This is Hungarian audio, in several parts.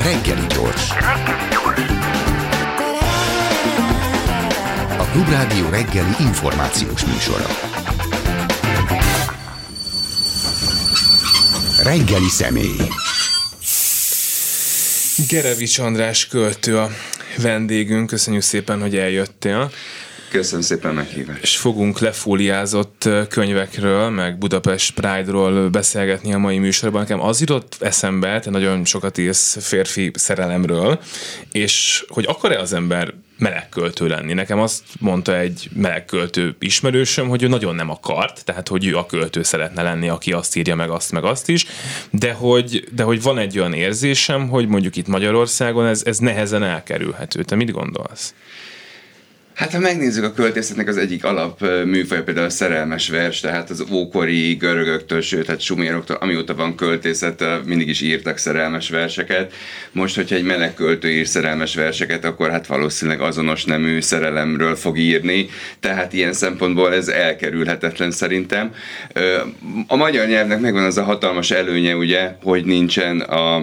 Reggeli gyors. A Klubrádió reggeli információs műsora. Reggeli személy. Gerevics András költő a vendégünk. Köszönjük szépen, hogy eljöttél. Köszönöm szépen meghívást. És fogunk lefóliázott könyvekről, meg Budapest Pride-ról beszélgetni a mai műsorban. Nekem az jutott eszembe, te nagyon sokat írsz férfi szerelemről, és hogy akar-e az ember melegköltő lenni? Nekem azt mondta egy melegköltő ismerősöm, hogy ő nagyon nem akart, tehát hogy ő a költő szeretne lenni, aki azt írja meg azt is, de hogy van egy olyan érzésem, hogy mondjuk itt Magyarországon ez nehezen elkerülhető. Te mit gondolsz? Hát ha megnézzük a költészetnek az egyik alap műfaj, például a szerelmes vers, tehát az ókori görögöktől, sőt, hát suméroktól, amióta van költészet, mindig is írtak szerelmes verseket. Most, hogyha egy meleg költő ír szerelmes verseket, akkor hát valószínűleg azonos nemű szerelemről fog írni, tehát ilyen szempontból ez elkerülhetetlen szerintem. A magyar nyelvnek megvan az a hatalmas előnye, ugye, hogy nincsen a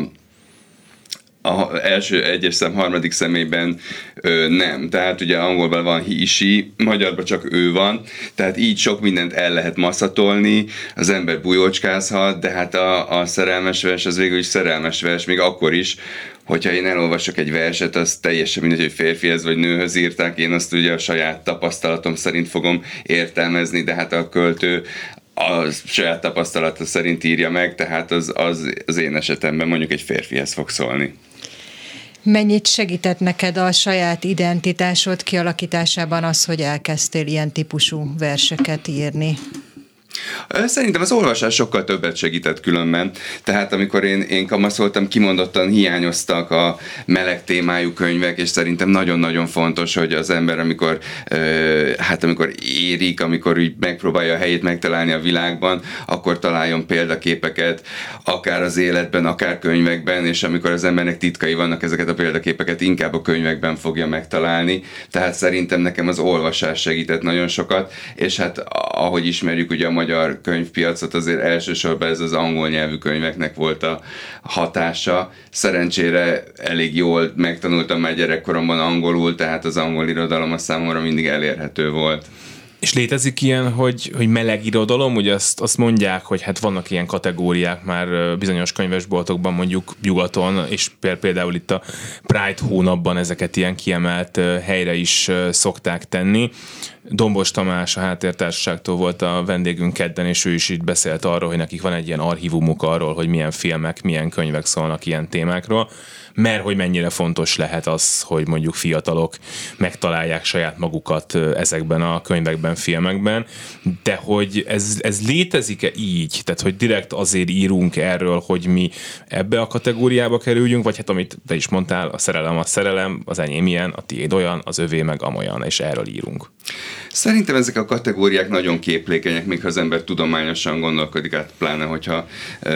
első egyes szám harmadik személyben nem. Tehát ugye angolban van he, she, magyarban csak ő van, tehát így sok mindent el lehet maszatolni, az ember bujócskázhat, de hát a szerelmes vers az végül is szerelmes vers, még akkor is, hogyha én elolvasok egy verset, az teljesen mindegy, hogy férfihez vagy nőhöz írták, én azt ugye a saját tapasztalatom szerint fogom értelmezni, de hát a költő a saját tapasztalata szerint írja meg, tehát az én esetemben mondjuk egy férfihez fog szólni. Mennyit segített neked a saját identitásod kialakításában az, hogy elkezdtél ilyen típusú verseket írni? Szerintem az olvasás sokkal többet segített különben. Tehát amikor én kamaszoltam, kimondottan hiányoztak a meleg témájú könyvek, és szerintem nagyon-nagyon fontos, hogy az ember, amikor érik, amikor úgy megpróbálja a helyét megtalálni a világban, akkor találjon példaképeket, akár az életben, akár könyvekben, és amikor az embernek titkai vannak, ezeket a példaképeket inkább a könyvekben fogja megtalálni. Tehát szerintem nekem az olvasás segített nagyon sokat, és hát ahogy ismerjük ugye a magyar könyvpiacot, azért elsősorban ez az angol nyelvű könyveknek volt a hatása. Szerencsére elég jól megtanultam már gyerekkoromban angolul, tehát az angol irodalom a számomra mindig elérhető volt. És létezik ilyen, hogy meleg irodalom, ugye azt mondják, hogy hát vannak ilyen kategóriák már bizonyos könyvesboltokban, mondjuk nyugaton, és például itt a Pride hónapban ezeket ilyen kiemelt helyre is szokták tenni. Dombos Tamás a Háttértársaságtól volt a vendégünk kedden, és ő is így beszélt arról, hogy nekik van egy ilyen archívumuk arról, hogy milyen filmek, milyen könyvek szólnak ilyen témákról, mert hogy mennyire fontos lehet az, hogy mondjuk fiatalok megtalálják saját magukat ezekben a könyvekben, filmekben, de hogy ez létezik-e így? Tehát, hogy direkt azért írunk erről, hogy mi ebbe a kategóriába kerüljünk, vagy hát amit te is mondtál, a szerelem, az enyém ilyen, a tiéd olyan, az övé meg amolyan, és erről írunk. Szerintem ezek a kategóriák nagyon képlékenyek, még ha az ember tudományosan gondolkodik, hát pláne, hogyha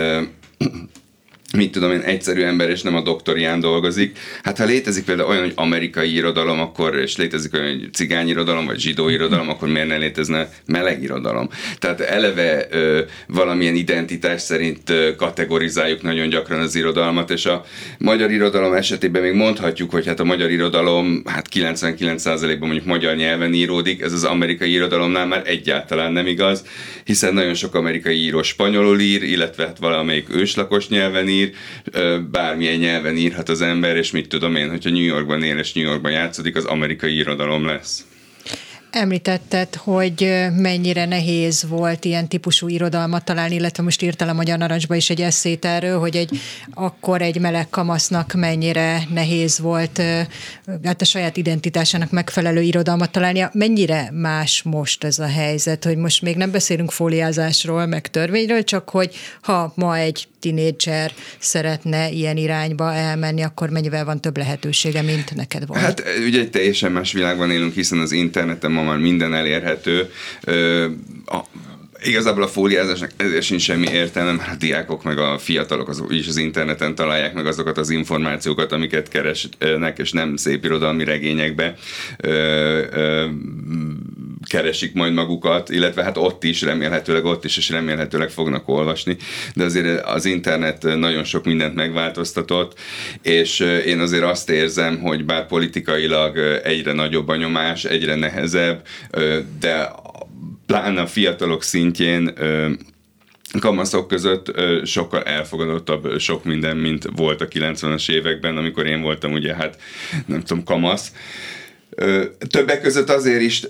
mit tudom én, egyszerű ember, és nem a doktorián dolgozik. Hát ha létezik például olyan, hogy amerikai irodalom, akkor, és létezik olyan, hogy cigány irodalom, vagy zsidó irodalom, akkor miért ne létezne meleg irodalom? Tehát eleve valamilyen identitás szerint kategorizáljuk nagyon gyakran az irodalmat, és a magyar irodalom esetében még mondhatjuk, hogy hát a magyar irodalom 99%-ban mondjuk magyar nyelven íródik, ez az amerikai irodalomnál már egyáltalán nem igaz, hiszen nagyon sok amerikai író spanyolul ír, illetve hát valamelyik őslakos nyelven ír, bármilyen nyelven írhat az ember, és mit tudom én, hogyha New Yorkban él és New Yorkban játszódik, az amerikai irodalom lesz. Említetted, hogy mennyire nehéz volt ilyen típusú irodalmat találni, illetve most írtál a Magyar Narancsba is egy esszét erről, hogy akkor egy meleg kamasznak mennyire nehéz volt hát a saját identitásának megfelelő irodalmat találnia. Mennyire más most ez a helyzet, hogy most még nem beszélünk fóliázásról, meg törvényről, csak hogy ha ma egy tinédzser szeretne ilyen irányba elmenni, akkor mennyivel van több lehetősége, mint neked volt? Hát ugye egy teljesen más világban élünk, hiszen az interneten ma már minden elérhető. Igazából a fóliázásnak ezért sincs semmi értelme, mert a diákok meg a fiatalok is az interneten találják meg azokat az információkat, amiket keresnek, és nem szép irodalmi regényekbe keresik majd magukat, illetve hát ott is, és remélhetőleg fognak olvasni, de azért az internet nagyon sok mindent megváltoztatott, és én azért azt érzem, hogy bár politikailag egyre nagyobb a nyomás, egyre nehezebb, de pláne a fiatalok szintjén kamaszok között sokkal elfogadottabb sok minden, mint volt a 90-es években, amikor én voltam ugye, hát nem tudom, kamasz. Többek között azért is,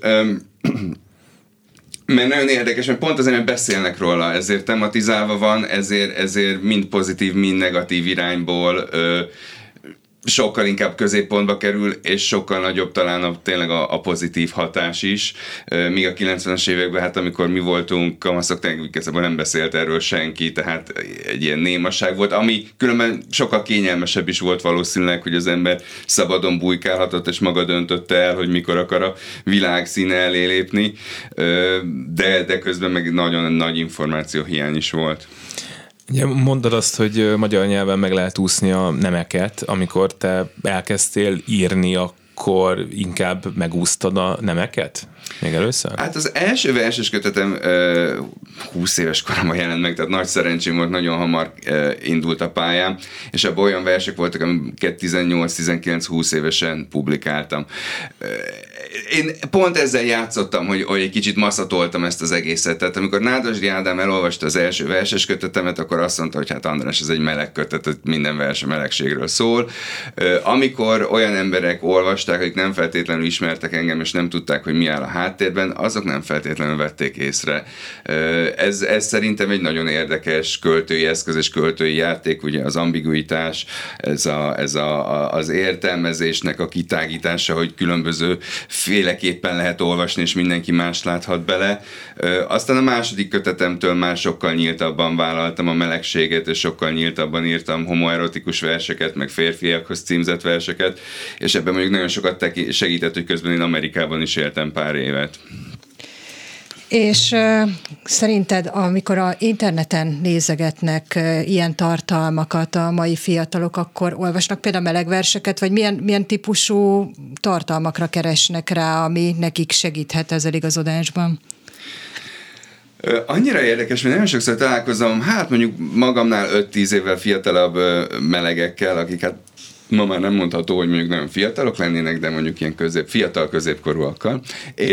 mert nagyon érdekes, mert pont azért, mert beszélnek róla, ezért tematizálva van, ezért mind pozitív, mind negatív irányból sokkal inkább középpontba kerül, és sokkal nagyobb talán tényleg a pozitív hatás is. Míg a 90-es években, hát amikor mi voltunk kamaszok, tényleg igazából nem beszélt erről senki, tehát egy ilyen némaság volt, ami különben sokkal kényelmesebb is volt valószínűleg, hogy az ember szabadon bujkálhatott, és maga döntötte el, hogy mikor akar a világ színe elé lépni, de közben meg nagyon nagy információhiány is volt. Ugye mondod azt, hogy magyar nyelven meg lehet úszni a nemeket, amikor te elkezdtél írni, akkor inkább megúsztad a nemeket? Még először? Hát az első verses kötetem 20 éves koromban jelent meg, tehát nagy szerencsém volt, nagyon hamar indult a pályám, és abban olyan versek voltak, amiket 18-19-20 évesen publikáltam. Én pont ezzel játszottam, hogy egy kicsit maszatoltam ezt az egészet. Tehát amikor Nádasdy Ádám elolvasta az első verses kötetemet, akkor azt mondta, hogy hát András, ez egy meleg kötet, minden vers a melegségről szól. Amikor olyan emberek olvasták, akik nem feltétlenül ismertek engem, és nem tudták, hogy mi áll a háttérben, azok nem feltétlenül vették észre. Ez szerintem egy nagyon érdekes költői eszköz és költői játék, ugye az ambiguitás, az értelmezésnek a kitágítása, hogy különböző féleképpen lehet olvasni, és mindenki más láthat bele. Aztán a második kötetemtől már sokkal nyíltabban vállaltam a melegséget, és sokkal nyíltabban írtam homoerotikus verseket, meg férfiakhoz címzett verseket, és ebben mondjuk nagyon sokat segített, hogy közben én Amerikában is éltem pár évet. És szerinted, amikor a interneten nézegetnek ilyen tartalmakat a mai fiatalok, akkor olvasnak például melegverseket, vagy milyen típusú tartalmakra keresnek rá, ami nekik segíthet ezzel igazodásban? Annyira érdekes, mert nagyon sokszor találkozom, hát mondjuk magamnál 5-10 évvel fiatalabb melegekkel, akik hát ma már nem mondható, hogy mondjuk nagyon fiatalok lennének, de mondjuk ilyen fiatal középkorúakkal,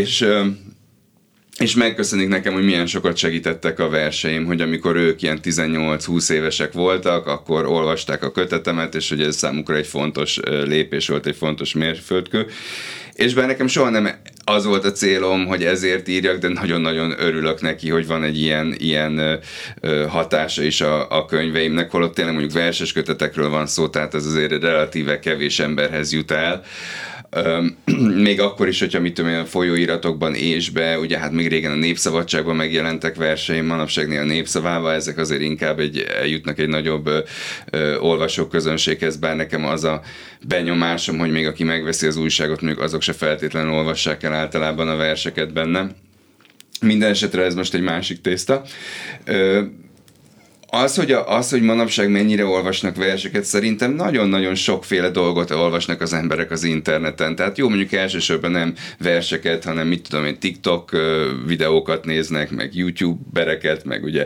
és megköszönik nekem, hogy milyen sokat segítettek a verseim, hogy amikor ők ilyen 18-20 évesek voltak, akkor olvasták a kötetemet, és hogy ez számukra egy fontos lépés volt, egy fontos mérföldkő. És bár nekem soha nem az volt a célom, hogy ezért írjak, de nagyon-nagyon örülök neki, hogy van egy ilyen hatása is a könyveimnek, holott tényleg mondjuk verses kötetekről van szó, tehát ez azért relatíve kevés emberhez jut el. Még akkor is, hogyha mit tudom én, a folyóiratokban ésbe, ugye hát még régen a Népszabadságban megjelentek verseim, manapság a Népszavával, ezek azért inkább eljutnak egy nagyobb olvasóközönséghez, bár nekem az a benyomásom, hogy még aki megveszi az újságot, mondjuk azok se feltétlenül olvassák el általában a verseket benne. Minden esetre ez most egy másik tészta. Az, hogy manapság mennyire olvasnak verseket, szerintem nagyon-nagyon sokféle dolgot olvasnak az emberek az interneten. Tehát jó, mondjuk elsősorban nem verseket, hanem mit tudom én, TikTok videókat néznek, meg YouTube-bereket, meg ugye,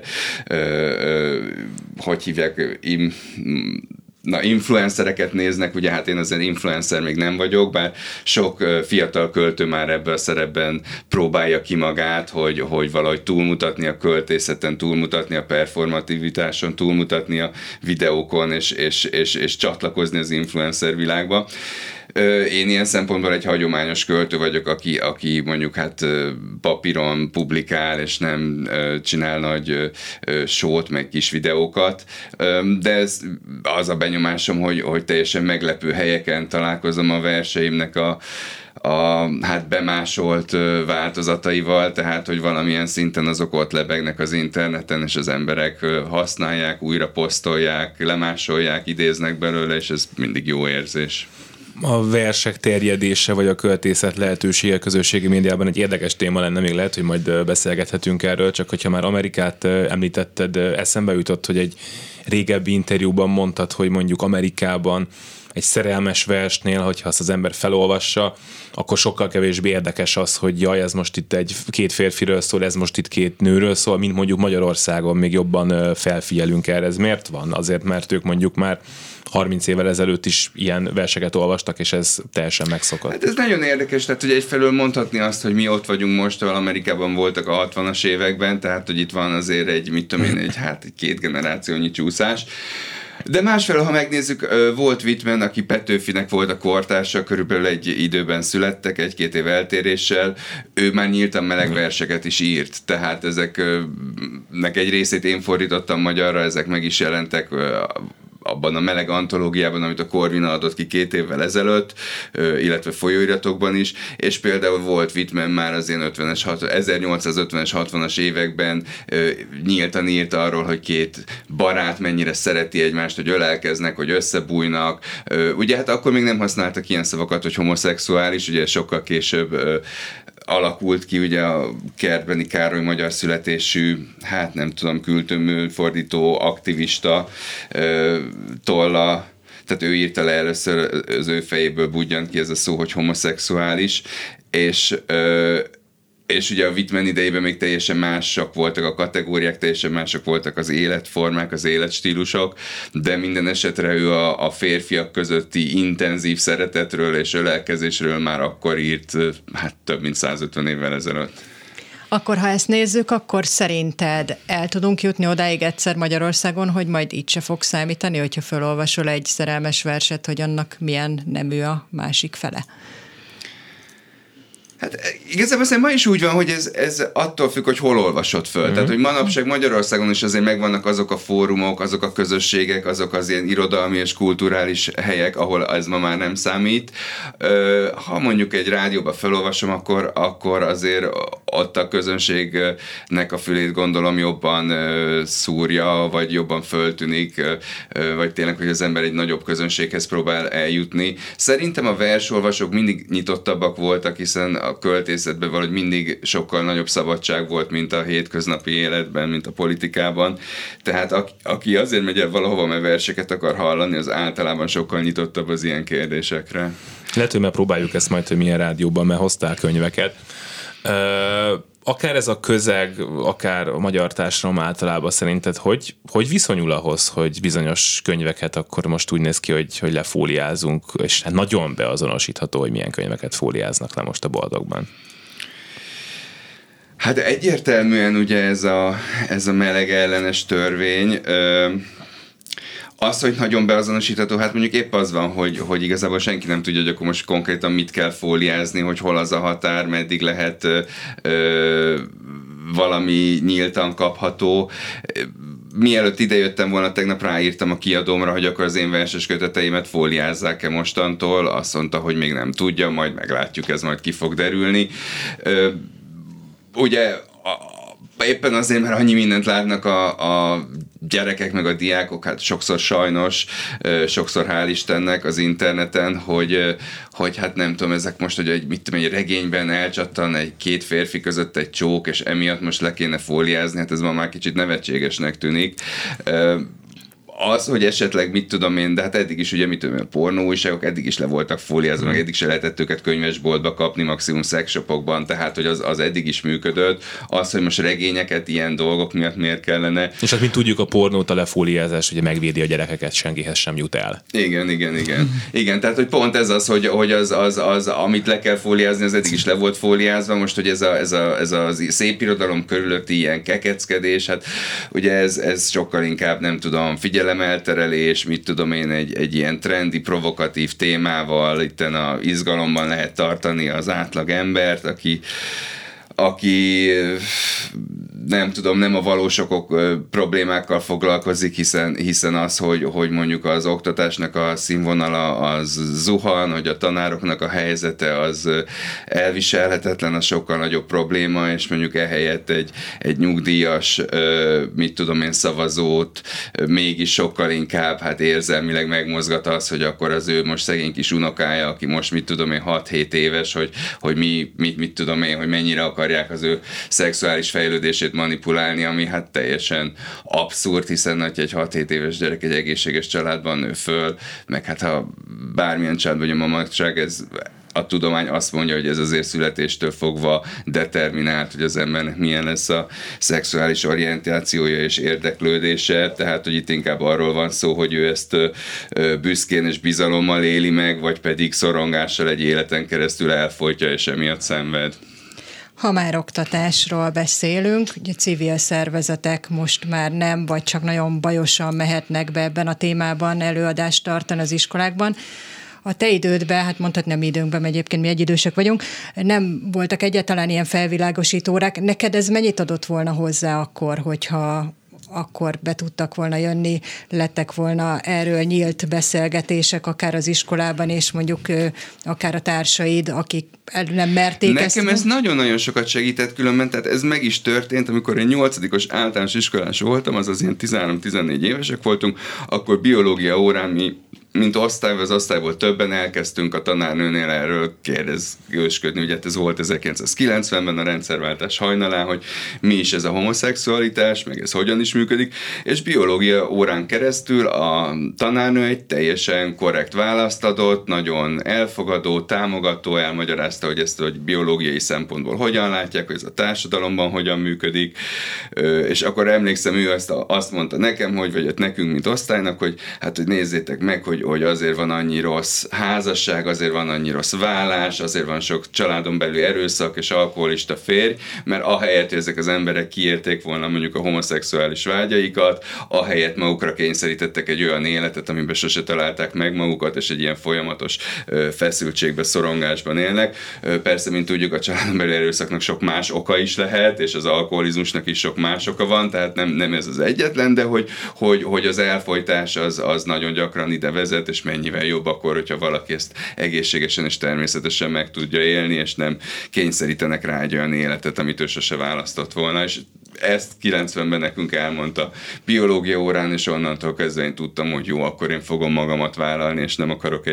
hogy hívják, influencereket néznek, ugye hát én azért influencer még nem vagyok, bár sok fiatal költő már ebben a szerepben próbálja ki magát, hogy valahogy túlmutatni a költészeten, túlmutatni a performativitáson, túlmutatni a videókon, és csatlakozni az influencer világba. Én ilyen szempontból egy hagyományos költő vagyok, aki mondjuk hát papíron publikál, és nem csinál nagy showt, meg kis videókat, de ez az a benyomásom, hogy teljesen meglepő helyeken találkozom a verseimnek a hát bemásolt változataival, tehát, hogy valamilyen szinten azok ott lebegnek az interneten, és az emberek használják, újra posztolják, lemásolják, idéznek belőle, és ez mindig jó érzés. A versek terjedése, vagy a költészet lehetősége közösségi médiában egy érdekes téma lenne, még lehet, hogy majd beszélgethetünk erről, csak hogyha már Amerikát említetted, eszembe jutott, hogy egy régebbi interjúban mondtad, hogy mondjuk Amerikában egy szerelmes versnél, hogyha azt az ember felolvassa, akkor sokkal kevésbé érdekes az, hogy jaj, ez most itt két férfiről szól, ez most itt két nőről szól, mint mondjuk Magyarországon még jobban felfigyelünk erre. Ez miért van? Azért, mert ők mondjuk már 30 évvel ezelőtt is ilyen verseket olvastak, és ez teljesen megszokott. Hát ez nagyon érdekes, tehát hogy egyfelől mondhatni azt, hogy mi ott vagyunk most, ahol Amerikában voltak a 60-as években, tehát hogy itt van azért egy 2 generációnyi csúszás. De másfelől, ha megnézzük, Walt Whitman, aki Petőfinek volt a kortársa, körülbelül egy időben születtek, 1-2 év eltéréssel, ő már nyíltan meleg verseket is írt, tehát ezeknek egy részét én fordítottam magyarra, ezek meg is jelentek abban a meleg antológiában, amit a Corvina adott ki 2 évvel ezelőtt, illetve folyóiratokban is, és például Walt Whitman már az ilyen 1850-es, 60-as években nyíltan írt arról, hogy két barát mennyire szereti egymást, hogy ölelkeznek, hogy összebújnak. Ugye hát akkor még nem használtak ilyen szavakat, hogy homoszexuális, ugye sokkal később alakult ki ugye a Kertbeni Károly magyar születésű, hát nem tudom, költő, fordító, aktivista tolla, tehát ő írta le először, az ő fejéből budjant ki ez a szó, hogy homoszexuális, és ugye a Whitman idejében még teljesen mások voltak a kategóriák, teljesen mások voltak az életformák, az életstílusok, de minden esetre ő a férfiak közötti intenzív szeretetről és ölelkezésről már akkor írt, hát több mint 150 évvel ezelőtt. Akkor, ha ezt nézzük, akkor szerinted el tudunk jutni odáig egyszer Magyarországon, hogy majd így se fog számítani, hogyha felolvasol egy szerelmes verset, hogy annak milyen nemű a másik fele? Hát igazából ma is úgy van, hogy ez attól függ, hogy hol olvasod föl. Tehát, hogy manapság Magyarországon is azért megvannak azok a fórumok, azok a közösségek, azok az ilyen irodalmi és kulturális helyek, ahol ez ma már nem számít. Ha mondjuk egy rádióba felolvasom, akkor azért ott a közönségnek a fülét gondolom jobban szúrja, vagy jobban föltűnik, vagy tényleg, hogy az ember egy nagyobb közönséghez próbál eljutni. Szerintem a versolvasók mindig nyitottabbak voltak, hiszen a költészetben valahogy mindig sokkal nagyobb szabadság volt, mint a hétköznapi életben, mint a politikában. Tehát aki azért megy el valahova, mert verseket akar hallani, az általában sokkal nyitottabb az ilyen kérdésekre. Lehet, hogy megpróbáljuk ezt majd, hogy milyen rádióban, mert hoztál könyveket. Akár ez a közeg, akár a magyar társadalom általában szerinted, hogy viszonyul ahhoz, hogy bizonyos könyveket akkor most úgy néz ki, hogy lefóliázunk, és hát nagyon beazonosítható, hogy milyen könyveket fóliáznak le most a boltokban? Hát egyértelműen ugye ez a meleg ellenes törvény, az, hogy nagyon beazonosítható, hát mondjuk épp az van, hogy igazából senki nem tudja, hogy akkor most konkrétan mit kell fóliázni, hogy hol az a határ, meddig lehet valami nyíltan kapható. Mielőtt idejöttem volna, tegnap ráírtam a kiadómra, hogy akkor az én verses köteteimet fóliázzák-e mostantól. Azt mondta, hogy még nem tudja, majd meglátjuk, ez majd ki fog derülni. Ugye éppen azért, mert annyi mindent látnak a gyerekek meg a diákok, hát sokszor sajnos, sokszor hál' Istennek az interneten, hogy hát nem tudom, ezek most, hogy egy regényben elcsattan két férfi között egy csók, és emiatt most le kéne fóliázni, hát ez ma már kicsit nevetségesnek tűnik. Az, hogy esetleg mit tudom én, de hát eddig is ugye a pornóújságok eddig is le voltak fóliázva, meg eddig se lehetett őket könyvesboltba kapni, maximum szexshopokban, tehát hogy az eddig is működött. Az, hogy most regényeket ilyen dolgok miatt miért kellene. És hát mint tudjuk, a pornót, a lefóliázás ugye megvédi a gyerekeket, senkihez sem jut el. Igen. Igen, tehát hogy pont ez az, hogy az amit le kell fóliázni, az eddig is le volt fóliázva, most, hogy ez a szép irodalom körülötti ilyen kekeckedés, hát ugye ez sokkal inkább, nem tudom, figyelemelterelés, mit tudom én, egy ilyen trendi, provokatív témával itten a izgalomban lehet tartani az átlag embert, aki nem tudom, nem a valós problémákkal foglalkozik, hiszen az, hogy mondjuk az oktatásnak a színvonala az zuhan, hogy a tanároknak a helyzete az elviselhetetlen, az sokkal nagyobb probléma, és mondjuk ehelyett egy nyugdíjas, mit tudom én, szavazót mégis sokkal inkább hát érzelmileg megmozgat az, hogy akkor az ő most szegény kis unokája, aki most mit tudom én 6-7 éves, hogy mit tudom én, hogy mennyire akarják az ő szexuális fejlődését őt manipulálni, ami hát teljesen abszurd, hiszen hogy egy 6-7 éves gyerek egy egészséges családban nő föl, meg hát ha bármilyen családban vagy a mamadság, ez a tudomány azt mondja, hogy ez azért születéstől fogva determinált, hogy az embernek milyen lesz a szexuális orientációja és érdeklődése, tehát hogy itt inkább arról van szó, hogy ő ezt büszkén és bizalommal éli meg, vagy pedig szorongással egy életen keresztül elfolytja és emiatt szenved. Ha már oktatásról beszélünk, ugye civil szervezetek most már nem, vagy csak nagyon bajosan mehetnek be ebben a témában előadást tartani az iskolákban. A te idődben, hát mondhatni a mi időnkben, egyébként mi egyidősek vagyunk, nem voltak egyáltalán ilyen felvilágosító órák. Neked ez mennyit adott volna hozzá akkor, hogyha akkor be tudtak volna jönni, lettek volna erről nyílt beszélgetések, akár az iskolában, és mondjuk akár a társaid, akik nem merték ezt. Nekem ez nagyon-nagyon sokat segített különben, tehát ez meg is történt, amikor én 8-os általános iskolás voltam, azaz ilyen 13-14 évesek voltunk, akkor biológia órán mi mint osztály, az osztályból többen elkezdtünk a tanárnőnél erről kérdezősködni, ugye ez volt 1990-ben a rendszerváltás hajnalán, hogy mi is ez a homoszexualitás, meg ez hogyan is működik, és biológia órán keresztül a tanárnő egy teljesen korrekt választ adott, nagyon elfogadó, támogató, elmagyarázta, hogy ezt hogy biológiai szempontból hogyan látják, hogy ez a társadalomban hogyan működik, és akkor emlékszem, ő azt mondta nekem, vagy nekünk, mint osztálynak, hogy hát, hogy nézzétek meg, hogy azért van annyi rossz házasság, azért van annyi rossz vállás, azért van sok családon belül erőszak és alkoholista férj, mert ahelyett, hogy ezek az emberek kiérték volna mondjuk a homoszexuális vágyaikat, ahelyett magukra kényszerítettek egy olyan életet, amiben sose találták meg magukat, és egy ilyen folyamatos feszültségbe, szorongásban élnek. Persze, mint tudjuk, a családon belül erőszaknak sok más oka is lehet, és az alkoholizmusnak is sok más oka van, tehát nem ez az egyetlen, de hogy az elfojtás az nagyon gyakran ide vezet, és mennyivel jobb akkor, hogyha valaki ezt egészségesen és természetesen meg tudja élni, és nem kényszerítenek rá egy olyan életet, amit ő sose választott volna, és ezt 90-ben nekünk elmondta biológia órán, és onnantól kezdve én tudtam, hogy jó, akkor én fogom magamat vállalni, és nem akarok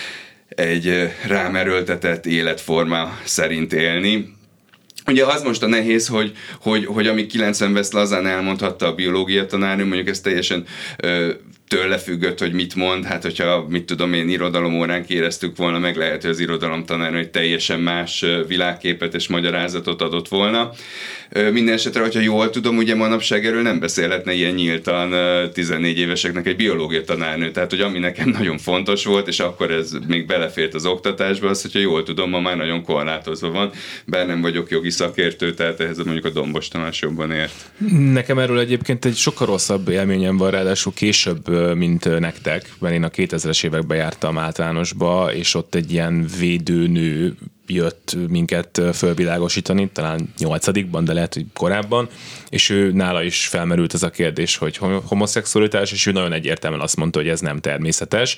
egy rám erőltetett életforma szerint élni. Ugye az most a nehéz, hogy amíg 90-ben ezt lazán elmondhatta a biológia tanárnő, mondjuk ez teljesen tőle függött, hogy mit mond, hát hogyha, mit tudom én, irodalomórán éreztük volna, meg lehet, hogy az irodalomtanárnő egy teljesen más világképet és magyarázatot adott volna. Minden esetre, hogyha jól tudom, ugye manapság erről nem beszélhetne ilyen nyíltan 14 éveseknek egy biológia tanárnő, tehát hogy ami nekem nagyon fontos volt, és akkor ez még belefért az oktatásba, az, hogyha jól tudom, ma már nagyon korlátozva van, bár nem vagyok jogi szakértő, tehát ehhez mondjuk a Dombos Tamás jobban ért. Nekem erről egyébként egy sokkal rosszabb élményem van, ráadásul később, mint nektek, mert én a 2000-es években jártam általánosba, és ott egy ilyen védőnő jött minket fölvilágosítani, talán 8-ban, de lehet, hogy korábban, és ő nála is felmerült ez a kérdés, hogy homoszexualitás, és ő nagyon egyértelműen azt mondta, hogy ez nem természetes,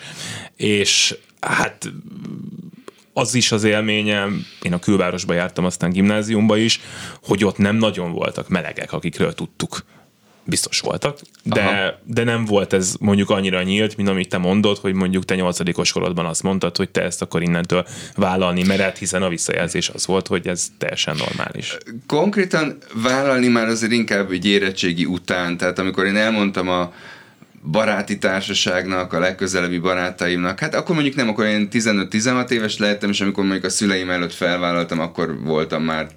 és hát az is az élményem, én a külvárosba jártam, aztán gimnáziumba is, hogy ott nem nagyon voltak melegek, akikről tudtuk. Biztos voltak, de nem volt ez mondjuk annyira nyílt, mint amit te mondod, hogy mondjuk te 8-os korodban azt mondtad, hogy te ezt akkor innentől vállalni mered, hiszen a visszajelzés az volt, hogy ez teljesen normális. Konkrétan vállalni már azért inkább egy érettségi után, tehát amikor én elmondtam a baráti társaságnak, a legközelebbi barátaimnak, hát akkor mondjuk nem, akkor én 15-16 éves lehettem, és amikor mondjuk a szüleim előtt felvállaltam, akkor voltam már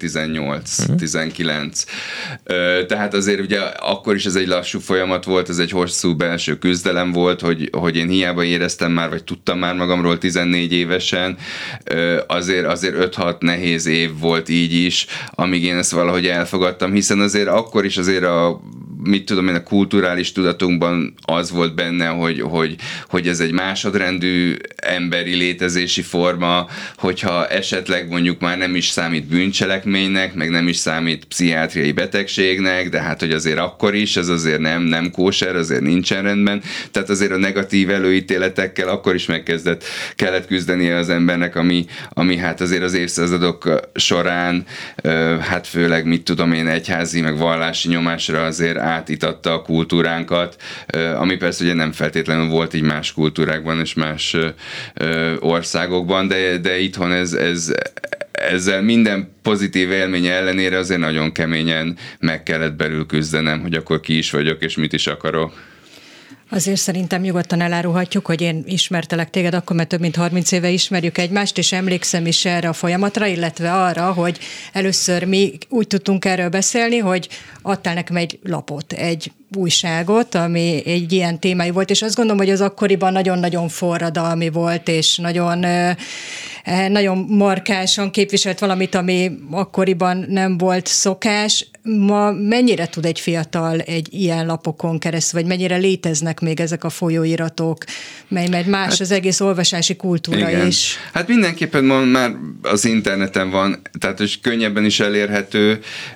18-19. Tehát azért ugye akkor is ez egy lassú folyamat volt, ez egy hosszú belső küzdelem volt, hogy én hiába éreztem már, vagy tudtam már magamról 14 évesen, azért 5-6 nehéz év volt így is, amíg én ezt valahogy elfogadtam, hiszen azért akkor is azért mit tudom én, a kulturális tudatunkban az volt benne, hogy ez egy másodrendű emberi létezési forma, hogyha esetleg mondjuk már nem is számít bűncselekménynek, meg nem is számít pszichiátriai betegségnek, de hát, hogy azért akkor is, ez azért nem kóser, azért nincsen rendben, tehát azért a negatív előítéletekkel akkor is kellett küzdenie az embernek, ami hát azért az évszázadok során, hát főleg mit tudom én, egyházi, meg vallási nyomásra azért átitatta a kultúránkat, ami persze ugye nem feltétlenül volt így más kultúrákban és más országokban, de itthon ezzel minden pozitív élménye ellenére azért nagyon keményen meg kellett belül küzdenem, hogy akkor ki is vagyok, és mit is akarok. Azért szerintem nyugodtan elárulhatjuk, hogy én ismertelek téged akkor, mert több mint 30 éve ismerjük egymást, és emlékszem is erre a folyamatra, illetve arra, hogy először mi úgy tudtunk erről beszélni, hogy adtál nekem egy lapot, egy újságot, ami egy ilyen témájú volt, és azt gondolom, hogy az akkoriban nagyon-nagyon forradalmi volt, és nagyon markánsan képviselt valamit, ami akkoriban nem volt szokás. Ma mennyire tud egy fiatal egy ilyen lapokon keresztül, vagy mennyire léteznek még ezek a folyóiratok, mert más az egész olvasási kultúra igen. is. Hát mindenképpen már az interneten van, tehát hogy könnyebben is elérhető,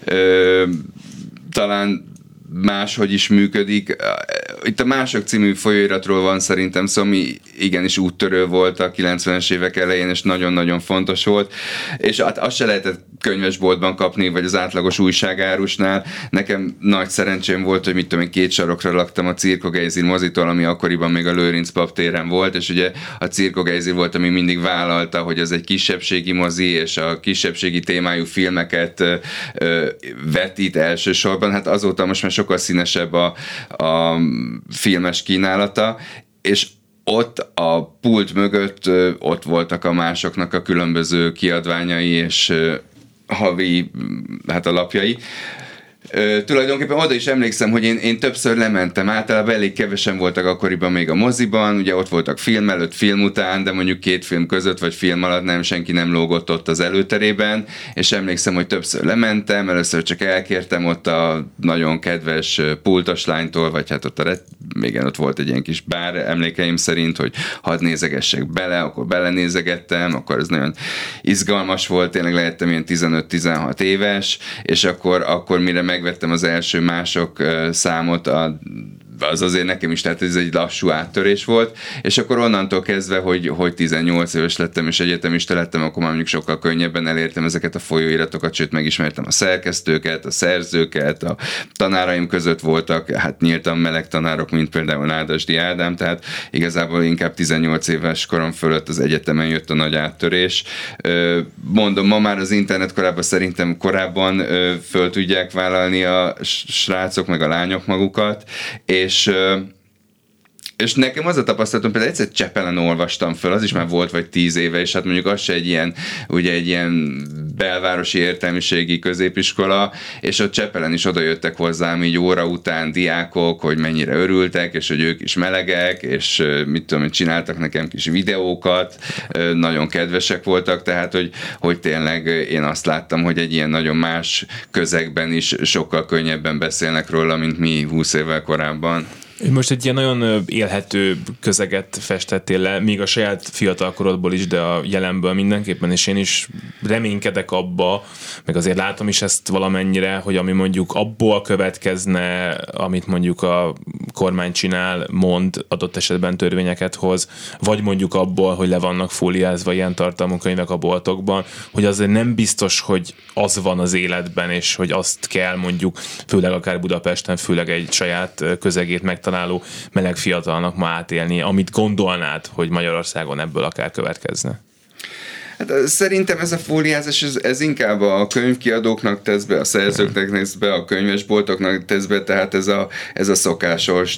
talán máshogy is működik. Itt a Mások című folyóiratról van szerintem szó, ami igenis úttörő volt a 90-es évek elején, és nagyon-nagyon fontos volt, és azt se lehetett könyvesboltban kapni, vagy az átlagos újságárusnál. Nekem nagy szerencsém volt, hogy 2 sarokra laktam a Cirko Gejzír mozitól, ami akkoriban még a Lőrinc pap téren volt, és ugye a Cirko Gejzír volt, ami mindig vállalta, hogy ez egy kisebbségi mozi, és a kisebbségi témájú filmeket vetít elsősorban. Hát azóta most már sokkal színesebb a filmes kínálata, és ott a pult mögött ott voltak a Másoknak a különböző kiadványai és havi, hát a lapjai. Tulajdonképpen oda is emlékszem, hogy én többször lementem, általában elég kevesen voltak akkoriban még a moziban, ugye ott voltak film előtt, film után, de mondjuk 2 film között, vagy film alatt senki nem lógott ott az előterében, és emlékszem, hogy többször lementem, először csak elkértem ott a nagyon kedves pultos lánytól, vagy hát ott ott volt egy ilyen kis bár emlékeim szerint, hogy hadd nézegessek bele, akkor belenézegettem, akkor ez nagyon izgalmas volt, tényleg lehettem ilyen 15-16 éves, és akkor mire megvettem az első Mások számot, az azért nekem is, tehát ez egy lassú áttörés volt, és akkor onnantól kezdve, hogy 18 éves lettem, és egyetemista lettem, akkor már mondjuk sokkal könnyebben elértem ezeket a folyóiratokat, sőt megismertem a szerkesztőket, a szerzőket, a tanáraim között voltak, hát nyíltan meleg tanárok, mint például Nádasdy Ádám, tehát igazából inkább 18 éves korom fölött az egyetemen jött a nagy áttörés. Mondom, ma már az internet szerintem korábban föl tudják vállalni a srácok meg a lányok magukat, és nekem az a tapasztalatom, például egyszer Csepelen olvastam föl, az is már volt vagy 10 éve, és hát mondjuk az se egy ilyen belvárosi értelmiségi középiskola, és ott Csepelen is oda jöttek hozzám így óra után diákok, hogy mennyire örültek, és hogy ők is melegek, és mit tudom, csináltak nekem kis videókat, nagyon kedvesek voltak, tehát hogy tényleg én azt láttam, hogy egy ilyen nagyon más közegben is sokkal könnyebben beszélnek róla, mint mi 20 évvel korábban. Most egy ilyen nagyon élhető közeget festettél le, még a saját fiatalkorodból is, de a jelenből mindenképpen, és én is reménykedek abba, meg azért látom is ezt valamennyire, hogy ami mondjuk abból következne, amit mondjuk a kormány csinál, mond, adott esetben törvényeket hoz, vagy mondjuk abból, hogy le vannak fóliázva ilyen tartalmú könyvek a boltokban, hogy azért nem biztos, hogy az van az életben, és hogy azt kell mondjuk, főleg akár Budapesten, főleg egy saját közegét megtaláló meleg fiatalnak ma átélni, amit gondolnád, hogy Magyarországon ebből akár következne? Hát szerintem ez a fóliázás, ez inkább a könyvkiadóknak tesz be, a szerzőknek tesz be, a könyvesboltoknak tesz be, tehát ez a szokásos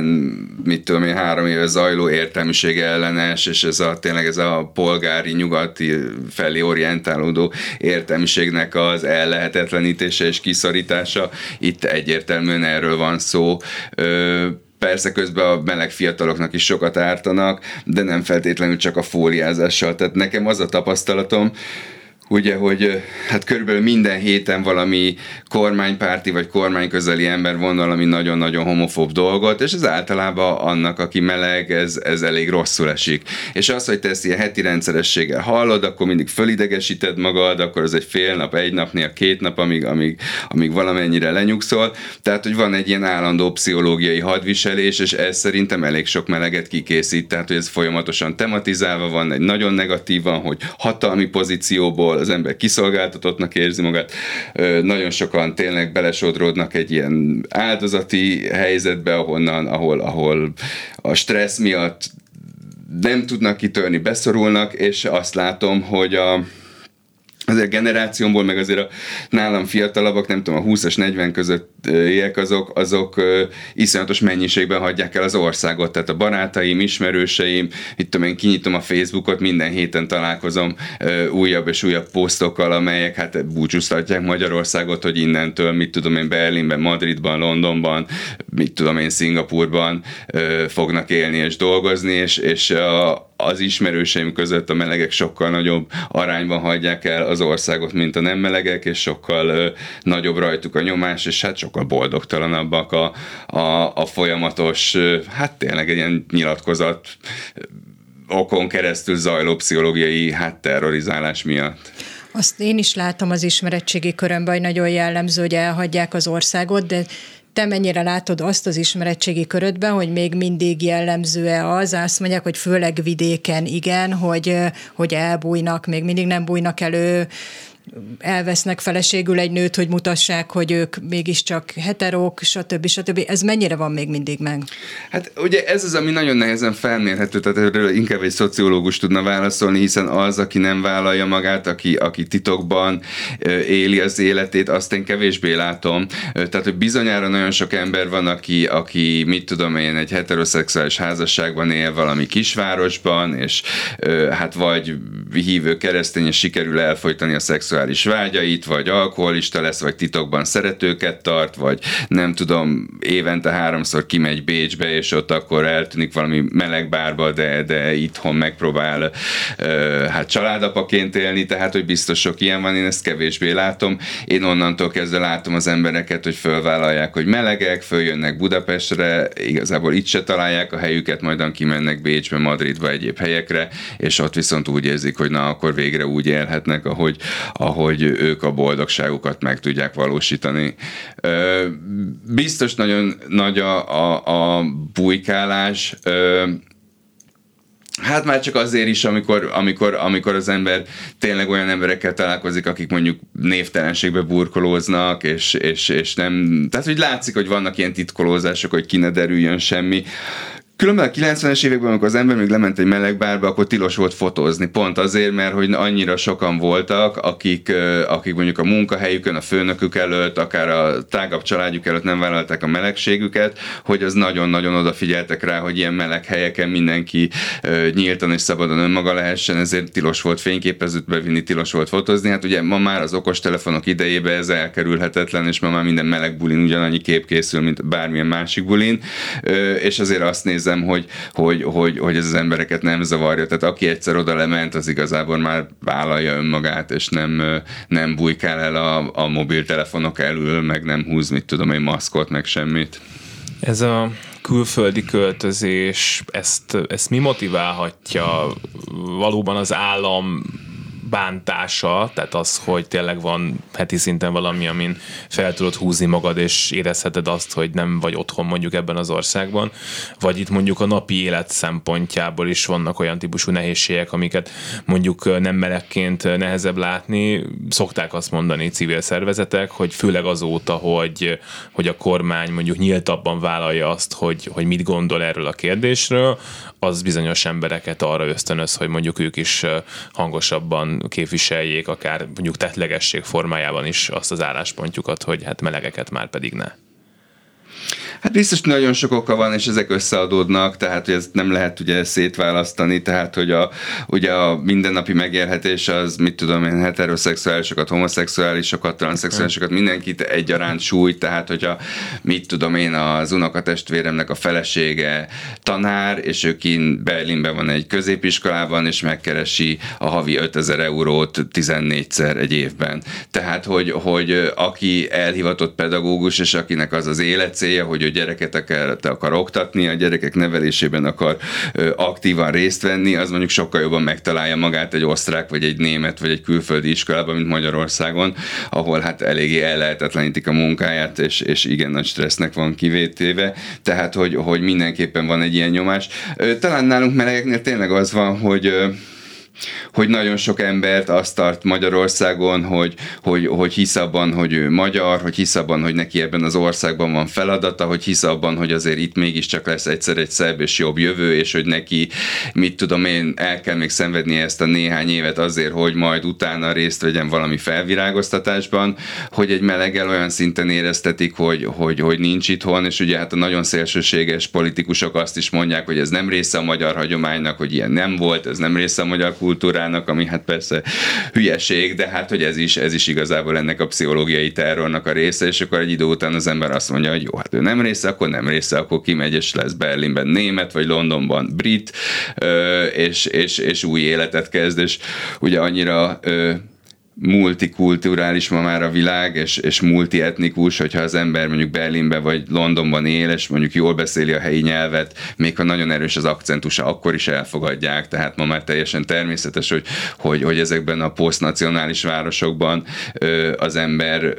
3 éve zajló értelmiség ellenes, és tényleg ez a polgári, nyugati felé orientálódó értelmiségnek az ellehetetlenítése és kiszorítása. Itt egyértelműen erről van szó. Persze közben a meleg fiataloknak is sokat ártanak, de nem feltétlenül csak a fóliázással. Tehát nekem az a tapasztalatom, ugye, hogy hát körülbelül minden héten valami kormánypárti vagy kormányközeli ember von valami nagyon-nagyon homofób dolgot, és ez általában annak, aki meleg, ez elég rosszul esik. És az, hogy te ezt ilyen heti rendszerességgel hallod, akkor mindig fölidegesíted magad, akkor az egy fél nap, egy napnél 2 nap, amíg valamennyire lenyugszol. Tehát, hogy van egy ilyen állandó pszichológiai hadviselés, és ez szerintem elég sok meleget kikészít. Tehát, hogy ez folyamatosan tematizálva van, egy nagyon negatívan, hogy hatalmi pozícióból az ember kiszolgáltatottnak érzi magát. Nagyon sokan tényleg belesodródnak egy ilyen áldozati helyzetbe, ahol a stressz miatt nem tudnak kitörni, beszorulnak, és azt látom, hogy azért generációmból, meg azért a nálam fiatalabbak, nem tudom, a 20-as, 40 közöttiek, azok iszonyatos mennyiségben hagyják el az országot. Tehát a barátaim, ismerőseim, itt tudom én, kinyitom a Facebookot, minden héten találkozom újabb és újabb posztokkal, amelyek hát búcsúztatják Magyarországot, hogy innentől, mit tudom én, Berlinben, Madridban, Londonban, mit tudom én, Szingapurban fognak élni és dolgozni, és az ismerőseim között a melegek sokkal nagyobb arányban hagyják el az országot, mint a nem melegek, és sokkal nagyobb rajtuk a nyomás, és hát sokkal boldogtalanabbak a folyamatos, hát tényleg egy ilyen nyilatkozat okon keresztül zajló pszichológiai terrorizálás miatt. Azt én is látom az ismeretségi körömben, hogy nagyon jellemző, hogy elhagyják az országot, de te mennyire látod azt az ismeretségi körödben, hogy még mindig jellemző-e az, azt mondják, hogy főleg vidéken igen, hogy elbújnak, még mindig nem bújnak elő, elvesznek feleségül egy nőt, hogy mutassák, hogy ők mégiscsak heterók, stb. Ez mennyire van még mindig meg? Hát ugye ez az, ami nagyon nehezen felmérhető, tehát erről inkább egy szociológus tudna válaszolni, hiszen az, aki nem vállalja magát, aki titokban éli az életét, azt én kevésbé látom. Tehát, hogy bizonyára nagyon sok ember van, aki mit tudom én, egy heteroszexuális házasságban él valami kisvárosban, és hát vagy hívő keresztény, és sikerül elfolytani a szexuális vágyait, vagy alkoholista lesz, vagy titokban szeretőket tart, vagy nem tudom, évente 3-szor kimegy Bécsbe, és ott akkor eltűnik valami meleg bárba, de itthon megpróbál hát családapaként élni, tehát hogy biztos sok ilyen van, én ezt kevésbé látom. Én onnantól kezdve látom az embereket, hogy fölvállalják, hogy melegek, följönnek Budapestre, igazából itt se találják a helyüket, majd kimennek Bécsbe, Madridba, egyéb helyekre, és ott viszont úgy érzik, hogy na, akkor végre úgy élhetnek, ahogy ők a boldogságukat meg tudják valósítani. Biztos nagyon nagy a bujkálás, hát már csak azért is, amikor az ember tényleg olyan emberekkel találkozik, akik mondjuk névtelenségbe burkolóznak, és nem... Tehát, hogy látszik, hogy vannak ilyen titkolózások, hogy ki ne derüljön semmi. Különben a 90-es években, amikor az ember még lement egy melegbárba, akkor tilos volt fotózni. Pont azért, mert hogy annyira sokan voltak, akik mondjuk a munkahelyükön, a főnökük előtt, akár a tágabb családjuk előtt nem vállalták a melegségüket, hogy az nagyon-nagyon odafigyeltek rá, hogy ilyen meleg helyeken mindenki nyíltan és szabadon önmaga lehessen, ezért tilos volt fényképezőt bevinni, tilos volt fotózni. Hát ugye ma már az okostelefonok idejében ez elkerülhetetlen, és ma már minden meleg bulin ugyanannyi kép készül, mint bármilyen másik bulin, és azért azt nézem, hogy ez az embereket nem zavarja. Tehát aki egyszer oda lement, az igazából már vállalja önmagát, és nem bujkál el a mobiltelefonok elől, meg nem húz, mit tudom én, maszkot, meg semmit. Ez a külföldi költözés, ezt mi motiválhatja? Valóban az állam bántása, tehát az, hogy tényleg van heti szinten valami, amin fel tudod húzni magad, és érezheted azt, hogy nem vagy otthon mondjuk ebben az országban, vagy itt mondjuk a napi élet szempontjából is vannak olyan típusú nehézségek, amiket mondjuk nem melegként nehezebb látni. Szokták azt mondani civil szervezetek, hogy főleg azóta, hogy a kormány mondjuk nyíltabban vállalja azt, hogy mit gondol erről a kérdésről, az bizonyos embereket arra ösztönöz, hogy mondjuk ők is hangosabban képviseljék, akár mondjuk tettlegesség formájában is azt az álláspontjukat, hogy hát melegeket már pedig ne. Hát biztos nagyon sok oka van, és ezek összeadódnak, tehát hogy ezt nem lehet ugye szétválasztani, tehát hogy ugye a mindennapi megélhetés az, mit tudom én, heteroszexuálisokat, homoszexuálisokat, transzexuálisokat, mindenkit egyaránt sújt, tehát hogyha mit tudom én, az unokatestvéremnek a felesége tanár, és ő kint Berlinben van egy középiskolában, és megkeresi a havi 5000 eurót 14-szer egy évben. Tehát, hogy aki elhivatott pedagógus, és akinek az az életcélja, hogy ő gyerekeket akar oktatni, a gyerekek nevelésében akar aktívan részt venni, az mondjuk sokkal jobban megtalálja magát egy osztrák, vagy egy német, vagy egy külföldi iskolában, mint Magyarországon, ahol hát eléggé ellehetetlenítik a munkáját, és igen nagy stressznek van kivétéve, tehát hogy mindenképpen van egy ilyen nyomás. Talán nálunk melegeknél tényleg az van, hogy hogy nagyon sok embert azt tart Magyarországon, hogy hisz abban, hogy ő magyar, hogy hisz abban, hogy neki ebben az országban van feladata, hogy hisz abban, hogy azért itt mégiscsak lesz egyszer egy szebb és jobb jövő, és hogy neki, mit tudom én, el kell még szenvedni ezt a néhány évet azért, hogy majd utána részt vegyen valami felvirágoztatásban, hogy egy meleggel olyan szinten éreztetik, hogy nincs itthon, és ugye hát a nagyon szélsőséges politikusok azt is mondják, hogy ez nem része a magyar hagyománynak, hogy ilyen nem volt, ez nem része a magyar kultúrának, ami hát persze hülyeség, de hát, hogy ez is igazából ennek a pszichológiai terrornak a része, és akkor egy idő után az ember azt mondja, hogy jó, hát ő nem része, akkor nem része, akkor kimegy, és lesz Berlinben német, vagy Londonban brit, és új életet kezd, és ugye annyira multikulturális ma már a világ, és multietnikus, hogyha az ember mondjuk Berlinben vagy Londonban él, és mondjuk jól beszéli a helyi nyelvet, még ha nagyon erős az akcentusa, akkor is elfogadják, tehát ma már teljesen természetes, hogy ezekben a posztnacionális városokban az ember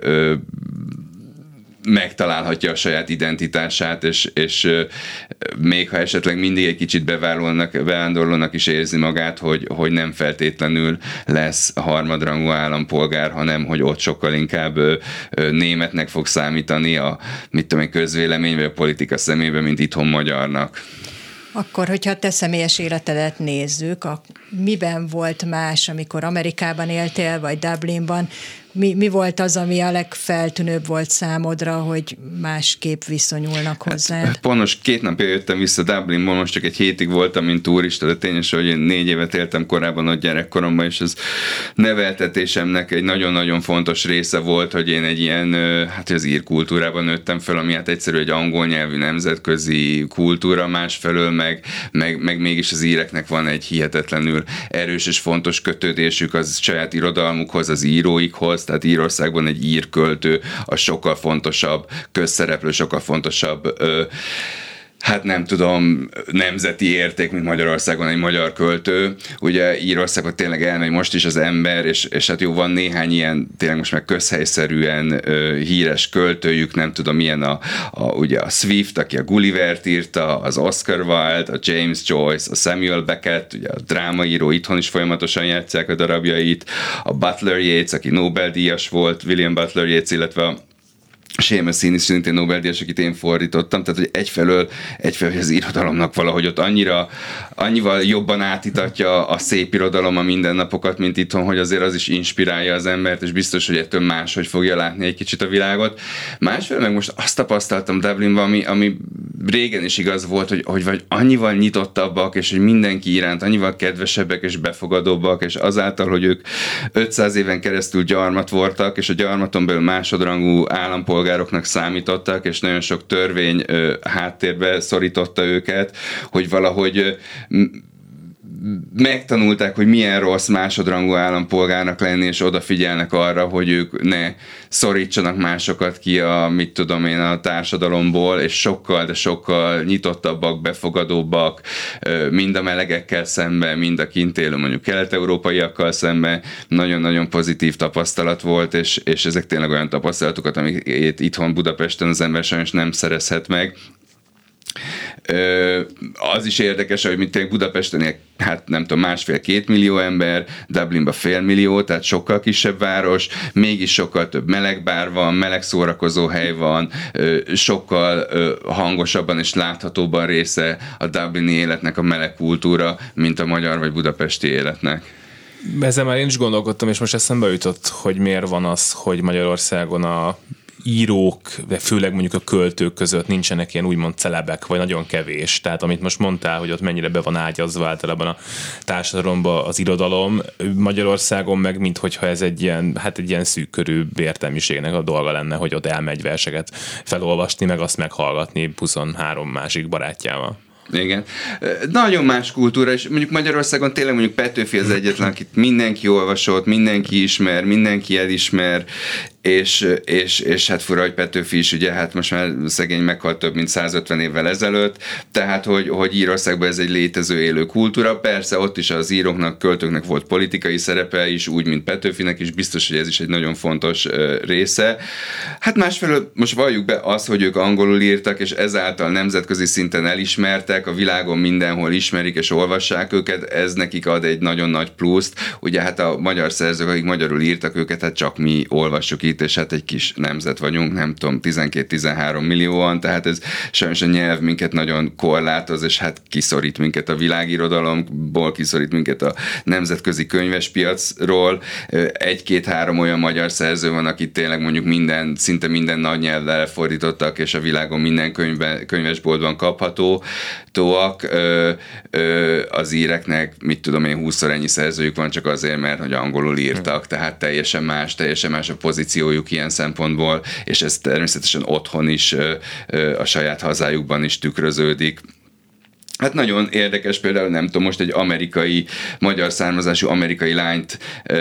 megtalálhatja a saját identitását, és még ha esetleg mindig egy kicsit bevándorlónak is érzi magát, hogy nem feltétlenül lesz harmadrangú állampolgár, hanem hogy ott sokkal inkább németnek fog számítani a közvélemény vagy a politika szemében, mint itthon magyarnak. Akkor, hogyha te személyes életedet nézzük, miben volt más, amikor Amerikában éltél, vagy Dublinban? Mi volt az, ami a legfeltűnőbb volt számodra, hogy másképp viszonyulnak hozzád? Pontos 2 napja jöttem vissza Dublinból, most csak egy hétig voltam, mint turista, de tényleg, hogy én 4 évet éltem korábban ott gyerekkoromban, és ez neveltetésemnek egy nagyon-nagyon fontos része volt, hogy én egy ilyen, hát az ír kultúrában nőttem föl, ami hát egyszerű egy angol nyelvű nemzetközi kultúra, másfelől meg mégis az íreknek van egy hihetetlenül erős és fontos kötődésük az saját irodalmukhoz, az íróikhoz, tehát Írországban egy ír költő a sokkal fontosabb közszereplő, sokkal fontosabb hát nem tudom, nemzeti érték, mint Magyarországon egy magyar költő. Ugye Írországban tényleg elmegy most is az ember, és hát jó, van néhány ilyen tényleg most meg közhelyszerűen híres költőjük, nem tudom, milyen ugye a Swift, aki a Gullivert írta, az Oscar Wilde, a James Joyce, a Samuel Beckett, ugye a drámaíró, itthon is folyamatosan játsszák a darabjait, a Butler Yeats, aki Nobel-díjas volt, William Butler Yeats, illetve a Seamus Heaney szintén Nobel-díjas, akit én fordítottam, tehát hogy egyfelől az irodalomnak valahogy ott annyival jobban átítatja a szép irodalom a mindennapokat, mint itthon, hogy azért az is inspirálja az embert, és biztos, hogy ettől máshogy fogja látni egy kicsit a világot. Másfelől meg most azt tapasztaltam Dublinban, ami régen is igaz volt, hogy vagy annyival nyitottabbak, és hogy mindenki iránt annyival kedvesebbek és befogadóbbak, és azáltal, hogy ők 500 éven keresztül gyarmat voltak, és a gyarmaton belül másodrangú állampolgároknak számítottak, és nagyon sok törvény háttérbe szorította őket, hogy valahogy megtanulták, hogy milyen rossz másodrangú állampolgárnak lenni, és odafigyelnek arra, hogy ők ne szorítsanak másokat ki a társadalomból, és sokkal, de sokkal nyitottabbak, befogadóbbak, mind a melegekkel szemben, mind a kint élő mondjuk kelet-európaiakkal szemben. Nagyon-nagyon pozitív tapasztalat volt, és ezek tényleg olyan tapasztalatokat, amiket itthon Budapesten az ember sajnos nem szerezhet meg. Az is érdekes, hogy mint Budapesten, hát nem tudom, 1,5-2 millió ember, Dublinban 500 000, tehát sokkal kisebb város, mégis sokkal több melegbár van, meleg szórakozó hely van, sokkal hangosabban és láthatóbban része a dublini életnek a meleg kultúra, mint a magyar vagy budapesti életnek. Ezzel már én is gondolkodtam, és most eszembe jutott, hogy miért van az, hogy Magyarországon a írók, de főleg mondjuk a költők között nincsenek ilyen úgymond celebek, vagy nagyon kevés. Tehát amit most mondtál, hogy ott mennyire be van ágyazva általában a társadalomban az irodalom, Magyarországon meg minthogyha ez egy ilyen szűkkörű értelmiségnek a dolga lenne, hogy ott elmegy verseket felolvasni, meg azt meghallgatni 23 másik barátjával. Igen. Nagyon más kultúra, és mondjuk Magyarországon tényleg mondjuk Petőfi az egyetlen, akit mindenki olvasott, mindenki ismer, mindenki elismer, és hát fura, hogy Petőfi is, ugye, hát most már szegény meghalt több mint 150 évvel ezelőtt, tehát, hogy Írországban ez egy létező élő kultúra, persze ott is az íróknak, költőknek volt politikai szerepe is, úgy, mint Petőfinek is, biztos, hogy ez is egy nagyon fontos része. Hát másfelől most valljuk be az, hogy ők angolul írtak, és ezáltal nemzetközi szinten elismertek, a világon mindenhol ismerik és olvassák őket, ez nekik ad egy nagyon nagy pluszt. Ugye hát a magyar szerzők, akik magyarul írtak őket, hát csak mi olvassuk itt, és hát egy kis nemzet vagyunk, nem tudom, 12-13 millióan, tehát ez sajnos a nyelv minket nagyon korlátoz, és hát kiszorít minket a világirodalomból, kiszorít minket a nemzetközi könyvespiacról. Egy-két-három olyan magyar szerző van, akit tényleg mondjuk szinte minden nagy nyelvre lefordítottak, és a világon minden könyvesboltban kaphatóak. Az íreknek, mit tudom én, 20-szor ennyi szerzőjük van csak azért, mert hogy angolul írtak, tehát teljesen más a pozíciójuk ilyen szempontból, és ez természetesen otthon is, a saját hazájukban is tükröződik. Hát nagyon érdekes például, nem tudom, most egy magyar származású amerikai lányt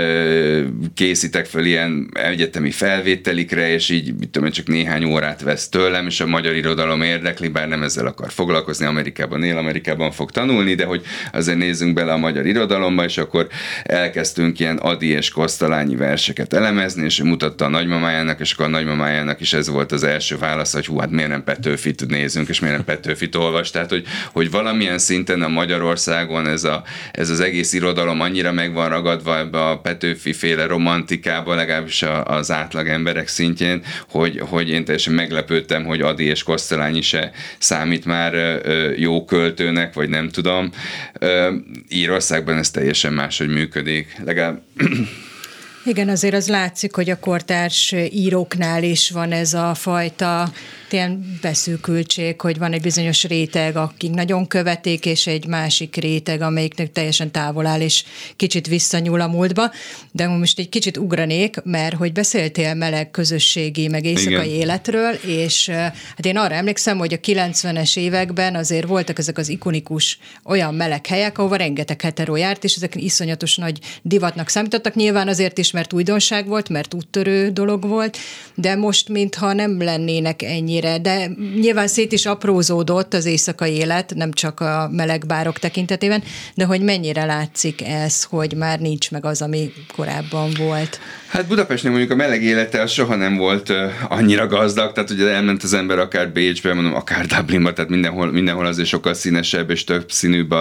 készítek fel ilyen egyetemi felvételikre, és így, mit tudom, csak néhány órát vesz tőlem, és a magyar irodalom érdekli, bár nem ezzel akar foglalkozni, Amerikában él, Amerikában fog tanulni, de hogy azért nézzünk bele a magyar irodalomba, és akkor elkezdtünk ilyen Ady és Kosztolányi verseket elemezni, és mutatta a nagymamájának, és akkor a nagymamájának is ez volt az első válasz, hogy hú, hát miért nem Petőfit nézzünk, és miért nem Petőfit olvas, tehát hogy valamilyen szinten a Magyarországon ez az egész irodalom annyira meg van ragadva ebbe a Petőfi-féle romantikába, legalábbis az átlag emberek szintjén, hogy én teljesen meglepődtem, hogy Ady és Kosztolányi se számít már jó költőnek, vagy nem tudom. Írországban ez teljesen máshogy működik. Legalább... Igen, azért az látszik, hogy a kortárs íróknál is van ez a fajta ilyen beszűkültség, hogy van egy bizonyos réteg, akik nagyon követik, és egy másik réteg, amelyiknek teljesen távol áll, és kicsit visszanyúl a múltba. De most egy kicsit ugranék, mert hogy beszéltél meleg közösségi, meg éjszakai életről, és hát én arra emlékszem, hogy a 90-es években azért voltak ezek az ikonikus olyan meleg helyek, ahova rengeteg hetero járt, és ezek iszonyatos nagy divatnak számítottak. Nyilván azért is, mert újdonság volt, mert úttörő dolog volt, de most mintha nem lennének ennyire, de nyilván szét is aprózódott az éjszakai élet, nem csak a meleg bárok tekintetében, de hogy mennyire látszik ez, hogy már nincs meg az, ami korábban volt. Hát Budapestnél mondjuk a meleg élete az soha nem volt annyira gazdag, tehát ugye elment az ember akár Bécsbe, mondom, akár Dublinba, tehát mindenhol azért sokkal színesebb és több színűbb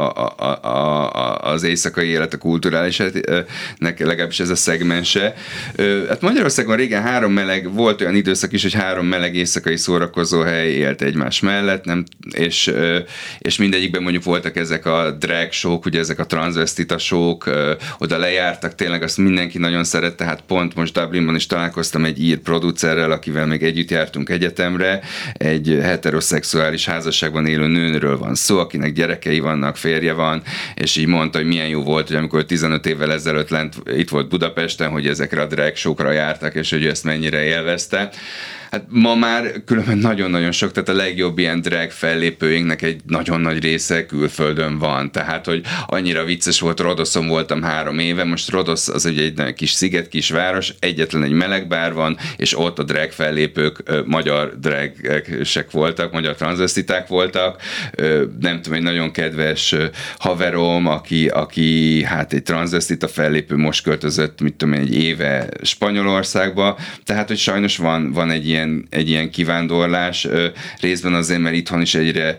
az éjszakai élet, a kulturális életnek, legalábbis ez a szegmense. Hát Magyarországon régen volt olyan időszak is, hogy 3 meleg éjszakai szórakozóhely élt egymás mellett, és mindegyikben mondjuk voltak ezek a drag show-k, ugye ezek a transvestita show-k, oda lejártak, tényleg azt mindenki nagyon szeret, tehát pont most Dublinban is találkoztam egy ír producerrel, akivel még együtt jártunk egyetemre, egy heteroszexuális házasságban élő nőről van szó, akinek gyerekei vannak, férje van, és így mondta, hogy milyen jó volt, hogy amikor 15 évvel ezelőtt itt volt Budapesten, hogy ezekre a drag show-kra jártak, és hogy ezt mennyire élvezte. Hát ma már különben nagyon-nagyon sok, tehát a legjobb ilyen drag fellépőinknek egy nagyon nagy része külföldön van, tehát hogy annyira vicces volt, Rodoszon voltam 3 éve, most Rodosz az ugye egy nagyon kis sziget, kis város, egyetlen egy melegbár van, és ott a drag fellépők magyar dragesek voltak, magyar transzvestiták voltak, nem tudom, egy nagyon kedves haverom, aki hát egy transzvestita fellépő, most költözött, mit tudom én, egy éve Spanyolországba, tehát hogy sajnos van egy ilyen kivándorlás, részben azért, mert itthon is egyre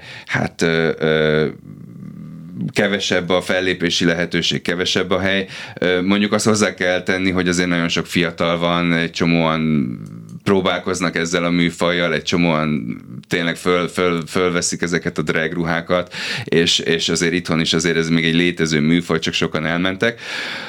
kevesebb a fellépési lehetőség, kevesebb a hely. Mondjuk azt hozzá kell tenni, hogy azért nagyon sok fiatal van, egy csomóan próbálkoznak ezzel a műfajjal, egy csomóan tényleg fölveszik ezeket a drag ruhákat, és azért itthon is azért ez még egy létező műfaj, csak sokan elmentek.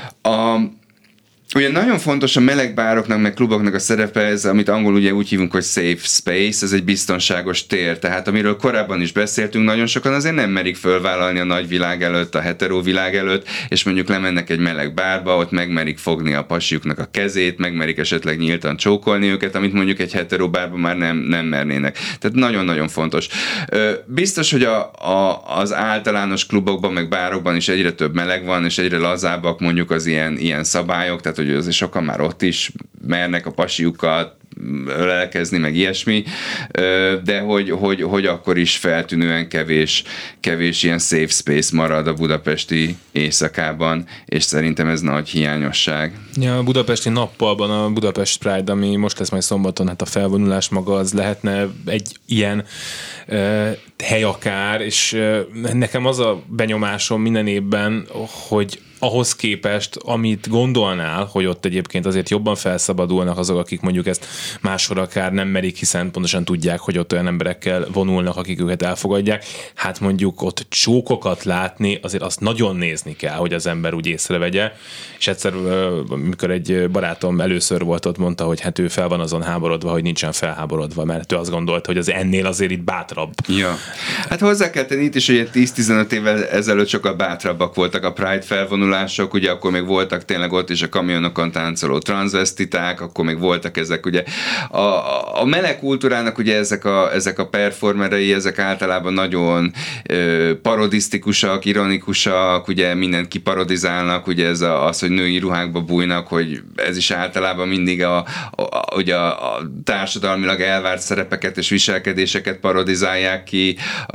Ugye nagyon fontos a melegbároknak, meg kluboknak a szerepe, ez, amit angolul ugye úgy hívunk, hogy safe space, ez egy biztonságos tér. Tehát amiről korábban is beszéltünk, nagyon sokan azért nem merik fölvállalni a nagy világ előtt, a hetero világ előtt, és mondjuk lemennek egy meleg bárba, ott megmerik fogni a pasiuknak a kezét, megmerik esetleg nyíltan csókolni őket, amit mondjuk egy hetero bárban már nem mernének. Tehát nagyon-nagyon fontos. Biztos, hogy az általános klubokban, meg bárokban is egyre több meleg van, és egyre lazábbak mondjuk az ilyen szabályok, tehát hogy azért sokan már ott is mernek a pasiukat ölelkezni, meg ilyesmi, de hogy akkor is feltűnően kevés ilyen safe space marad a budapesti éjszakában, és szerintem ez nagy hiányosság. Ja, a budapesti nappalban a Budapest Pride, ami most lesz majd szombaton, hát a felvonulás maga az lehetne egy ilyen hely akár, és nekem az a benyomásom minden évben, hogy ahhoz képest, amit gondolnál, hogy ott egyébként azért jobban felszabadulnak azok, akik mondjuk ezt máshol akár nem merik, hiszen pontosan tudják, hogy ott olyan emberekkel vonulnak, akik őket elfogadják. Hát mondjuk ott csókokat látni, azért azt nagyon nézni kell, hogy az ember úgy észrevegye. És egyszer, amikor egy barátom először volt ott, mondta, hogy hát ő fel van azon háborodva, hogy nincsen felháborodva, mert ő azt gondolta, hogy az ennél azért itt bátrabb. Ja. Hát hozzá kell tenni itt is, hogy 10-15 évvel ezelőtt sokkal bátrabbak voltak a Pride felvonulások, ugye akkor még voltak tényleg ott is a kamionokon táncoló transzvesztiták, akkor még voltak ezek, ugye a meleg kultúrának ugye ezek a performerei, ezek általában nagyon parodisztikusak, ironikusak, ugye mindent kiparodizálnak, ugye ez az, hogy női ruhákba bújnak, hogy ez is általában mindig ugye a társadalmilag elvárt szerepeket és viselkedéseket parodizálják ki,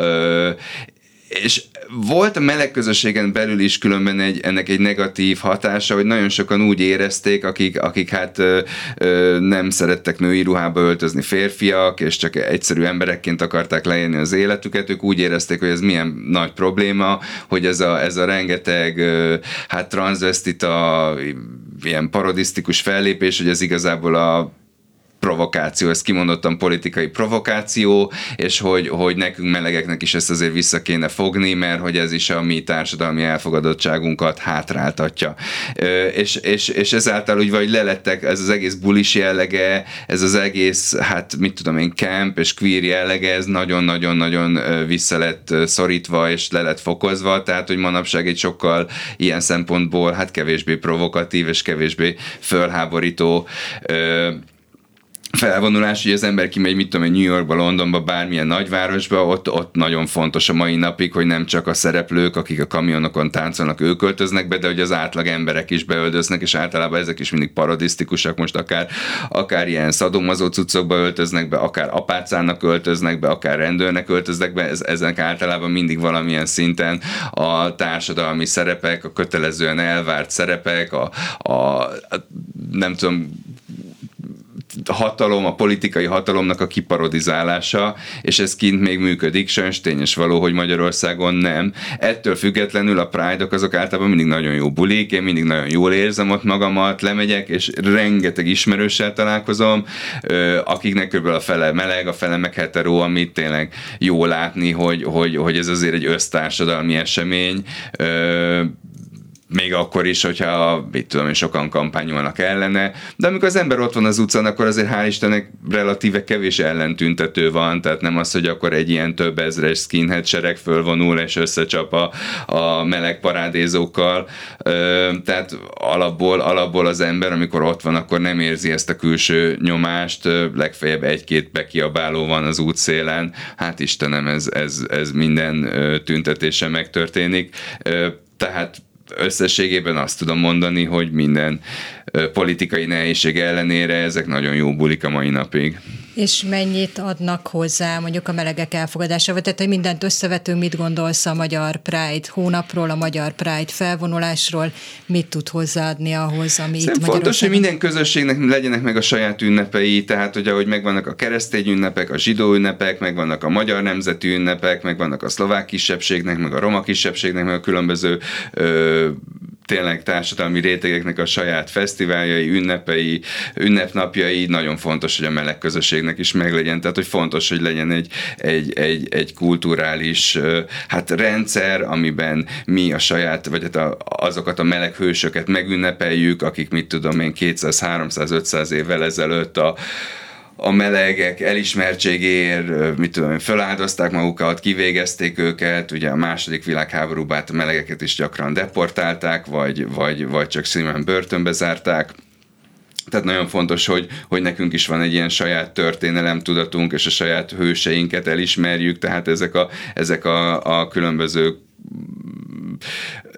és volt a meleg közösségen belül is különben ennek egy negatív hatása, hogy nagyon sokan úgy érezték, akik hát nem szerettek női ruhába öltözni férfiak, és csak egyszerű emberekként akarták leélni az életüket, ők úgy érezték, hogy ez milyen nagy probléma, hogy ez a rengeteg hát transzvesztita, ilyen parodisztikus fellépés, hogy ez igazából a provokáció, ez kimondottan politikai provokáció, és hogy nekünk melegeknek is ezt azért vissza kéne fogni, mert hogy ez is a mi társadalmi elfogadottságunkat hátráltatja. És ezáltal úgy vagy lelettek, ez az egész bulis jellege, ez az egész, hát mit tudom én, camp és queer jellege, ez nagyon-nagyon-nagyon vissza lett szorítva, és le lett fokozva, tehát hogy manapság egy sokkal ilyen szempontból hát kevésbé provokatív, és kevésbé fölháborító felvonulás, hogy az ember kimegy, mit tudom, New Yorkba, Londonba, bármilyen nagyvárosba, ott nagyon fontos a mai napig, hogy nem csak a szereplők, akik a kamionokon táncolnak, ők öltöznek be, de hogy az átlag emberek is beöltöznek, és általában ezek is mindig parodisztikusak, most akár ilyen szadomazó cuccokba öltöznek be, akár apácának öltöznek be, akár rendőrnek öltöznek be, ezek általában mindig valamilyen szinten a társadalmi szerepek, a kötelezően elvárt szerepek, a nem tudom, hatalom, a politikai hatalomnak a kiparodizálása, és ez kint még működik, sajnos tényes való, hogy Magyarországon nem. Ettől függetlenül a Pride-ok azok általában mindig nagyon jó bulik, én mindig nagyon jól érzem ott magamat, lemegyek, és rengeteg ismerőssel találkozom, akiknek kb. A fele meleg, a fele meg hetero, amit tényleg jó látni, hogy ez azért egy össztársadalmi esemény, még akkor is, hogyha mit tudom én, sokan kampányolnak ellene, de amikor az ember ott van az utcán, akkor azért hál' Istennek relatíve kevés ellentüntető van, tehát nem az, hogy akkor egy ilyen több ezres skinhead sereg fölvonul és összecsap a meleg parádézókkal, tehát alapból az ember, amikor ott van, akkor nem érzi ezt a külső nyomást, legfeljebb egy-két bekiabáló van az útszélen, hát Istenem, ez minden tüntetésen megtörténik, tehát összességében azt tudom mondani, hogy minden politikai nehézség ellenére ezek nagyon jó bulik a mai napig. És mennyit adnak hozzá mondjuk a melegek elfogadásával? Tehát, hogy mindent összevetünk, mit gondolsz a Magyar Pride hónapról, a Magyar Pride felvonulásról, mit tud hozzáadni ahhoz, ami itt Magyarországon? Fontos, hogy minden közösségnek legyenek meg a saját ünnepei, tehát hogy ahogy megvannak a keresztény ünnepek, a zsidó ünnepek, megvannak a magyar nemzeti ünnepek, megvannak a szlovák kisebbségnek, meg a roma kisebbségnek, meg a különböző tényleg társadalmi rétegeknek a saját fesztiváljai, ünnepei, ünnepnapjai, nagyon fontos, hogy a meleg közösségnek is meglegyen, tehát hogy fontos, hogy legyen egy kulturális hát rendszer, amiben mi a saját, vagy hát azokat a meleg hősöket megünnepeljük, akik mit tudom én 200, 300, 500 évvel ezelőtt a melegek elismertségéért, mit tudom én, feláldozták magukat, kivégezték őket, ugye a második világháborúban a melegeket is gyakran deportálták, vagy csak szimán börtönbe zárták. Tehát nagyon fontos, hogy nekünk is van egy ilyen saját történelemtudatunk, és a saját hőseinket elismerjük, tehát ezek a különböző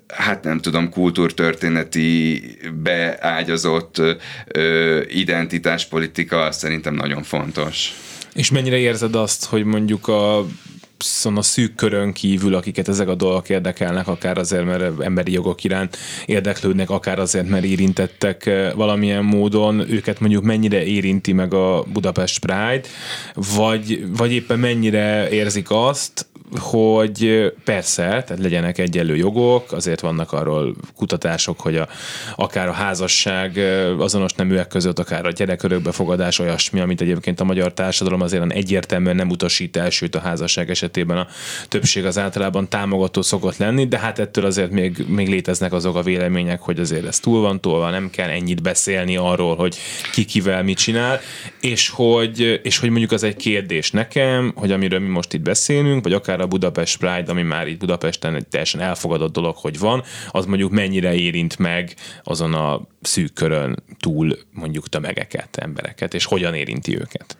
hát nem tudom, kultúrtörténeti beágyazott identitáspolitika szerintem nagyon fontos. És mennyire érzed azt, hogy mondjuk a szűk körön kívül, akiket ezek a dolgok érdekelnek, akár azért, mert emberi jogok iránt érdeklődnek, akár azért, mert érintettek valamilyen módon, őket mondjuk mennyire érinti meg a Budapest Pride, vagy éppen mennyire érzik azt, hogy persze, tehát legyenek egyenlő jogok, azért vannak arról kutatások, hogy akár a házasság azonos neműek között, akár a gyerekörökbefogadás olyasmi, amit egyébként a magyar társadalom azért egyértelműen nem utasít el, sőt a házasság esetében a többség az általában támogató szokott lenni, de hát ettől azért még léteznek azok a vélemények, hogy azért ez túl van tolva, nem kell ennyit beszélni arról, hogy ki kivel mit csinál, és hogy mondjuk az egy kérdés nekem, hogy amiről mi most itt beszélünk, vagy akár a Budapest Pride, ami már itt Budapesten egy teljesen elfogadott dolog, hogy van, az mondjuk mennyire érint meg azon a szűk körön túl mondjuk tömegeket, embereket, és hogyan érinti őket?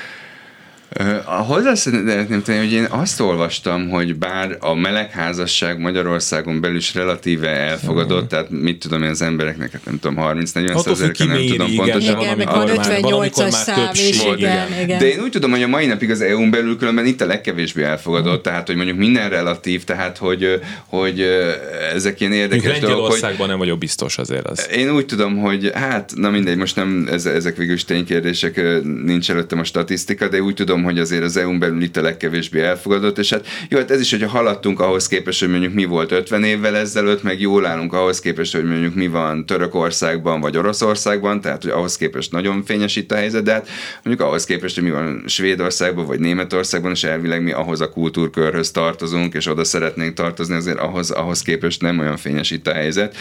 Hozzá szeretném tenni, hogy én azt olvastam, hogy bár a melegházasság Magyarországon belül is relatíve elfogadott, tehát mit tudom én az embereknek, hát nem tudom, 30-40%, nem tudom pontosan. Igen, mikor 58-as szám is, igen. De én úgy tudom, hogy a mai napig az EU-n belül különben itt a legkevésbé elfogadott, tehát hogy mondjuk minden relatív, tehát hogy ezek ilyen érdekes dolgok. Lengyelországban nem vagyok biztos azért az. Én úgy tudom, hogy hát, na mindegy, most nem, ezek végül is ténykérdések, nincs előttem a statisztika, de úgy tudom, hogy azért az EU-n belül itt a legkevésbé elfogadott, és hát jó, hát ez is, hogyha haladtunk ahhoz képest, hogy mondjuk mi volt 50 évvel ezelőtt, meg jól állunk ahhoz képest, hogy mondjuk mi van Törökországban, vagy Oroszországban, tehát hogy ahhoz képest nagyon fényes itt a helyzet, de hát mondjuk ahhoz képest, hogy mi van Svédországban, vagy Németországban, és elvileg mi ahhoz a kultúrkörhöz tartozunk, és oda szeretnénk tartozni, azért ahhoz képest nem olyan fényes itt a helyzet.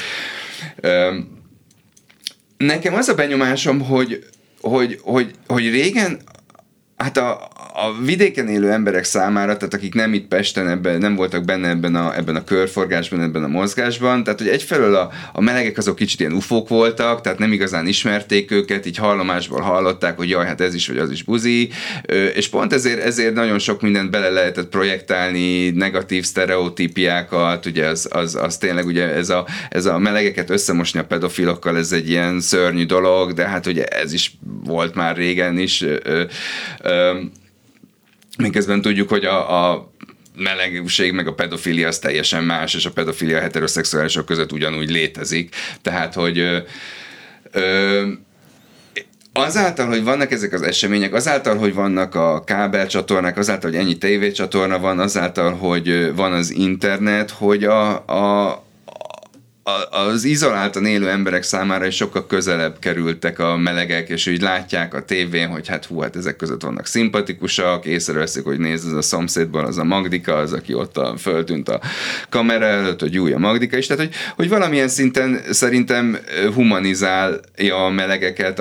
Nekem az a benyomásom, hogy régen hát a vidéken élő emberek számára, tehát akik nem itt Pesten, nem voltak benne ebben a körforgásban, ebben a mozgásban, tehát hogy egyfelől a melegek azok kicsit ilyen ufók voltak, tehát nem igazán ismerték őket, így hallomásból hallották, hogy jaj, hát ez is, vagy az is buzi, és pont ezért nagyon sok mindent bele lehetett projektálni, negatív sztereotípiákat, ugye az tényleg ugye ez a melegeket összemosni a pedofilokkal, ez egy ilyen szörnyű dolog, de hát ugye ez is volt már régen is, miközben tudjuk, hogy a melegség meg a pedofilia az teljesen más, és a pedofilia a heteroszexuálisok között ugyanúgy létezik. Tehát, hogy azáltal, hogy vannak ezek az események, azáltal, hogy vannak a kábelcsatornák, azáltal, hogy ennyi tévécsatorna van, azáltal, hogy van az internet, hogy az izoláltan élő emberek számára is sokkal közelebb kerültek a melegek, és úgy látják a tévén, hogy hát ezek között vannak szimpatikusak, észreveszik, hogy nézd, az a szomszédban az a Magdika, az, aki ott föltűnt a kamera előtt, hogy a Magdika is. Tehát, hogy valamilyen szinten szerintem humanizálja a melegeket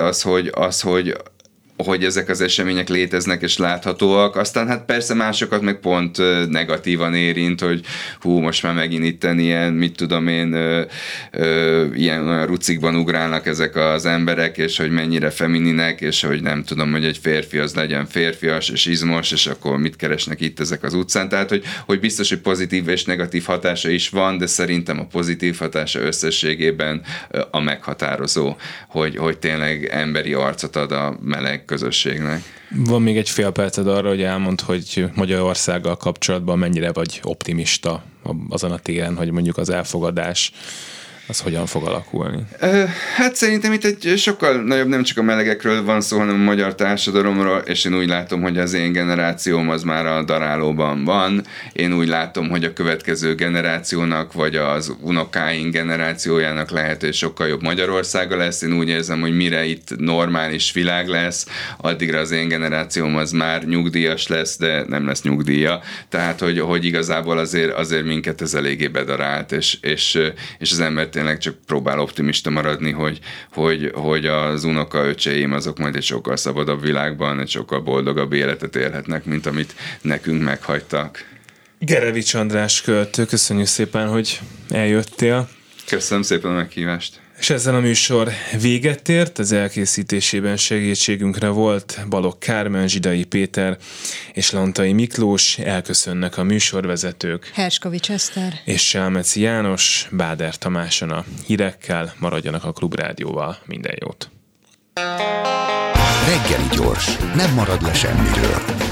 hogy ezek az események léteznek és láthatóak, aztán hát persze másokat meg pont negatívan érint, hogy most már megint itten ilyen, mit tudom én, ilyen olyan rucikban ugrálnak ezek az emberek, és hogy mennyire femininek, és hogy nem tudom, hogy egy férfi az legyen férfias és izmos, és akkor mit keresnek itt ezek az utcán. Tehát, hogy biztos, hogy pozitív és negatív hatása is van, de szerintem a pozitív hatása összességében a meghatározó, hogy tényleg emberi arcot ad a meleg közösségnek. Van még egy fél perced arra, hogy elmondd, hogy Magyarországgal kapcsolatban mennyire vagy optimista azon a téren, hogy mondjuk az elfogadás az hogyan fog alakulni? Hát szerintem itt egy sokkal nagyobb, nem csak a melegekről van szó, hanem a magyar társadalomról, és én úgy látom, hogy az én generációm az már a darálóban van. Én úgy látom, hogy a következő generációnak, vagy az unokáink generációjának lehet, hogy sokkal jobb Magyarországa lesz. Én úgy érzem, hogy mire itt normális világ lesz, addigra az én generációm az már nyugdíjas lesz, de nem lesz nyugdíja. Tehát, hogy igazából azért minket ez eléggé bedarált, és az ember tényleg csak próbál optimista maradni, hogy az unokaöcseim azok majd egy sokkal szabadabb világban, egy sokkal boldogabb életet élhetnek, mint amit nekünk meghagytak. Gerevics András költő, köszönjük szépen, hogy eljöttél. Köszönöm szépen a meghívást. És ezzel a műsor véget ért, az elkészítésében segítségünkre volt Balogh Kármen, Zsidai Péter és Lantai Miklós, elköszönnek a műsorvezetők Herskovics Eszter és Selmeci János, Báder Tamáson a hírekkel, maradjanak a Klubrádióval, minden jót! Reggeli gyors, nem marad le semmiről.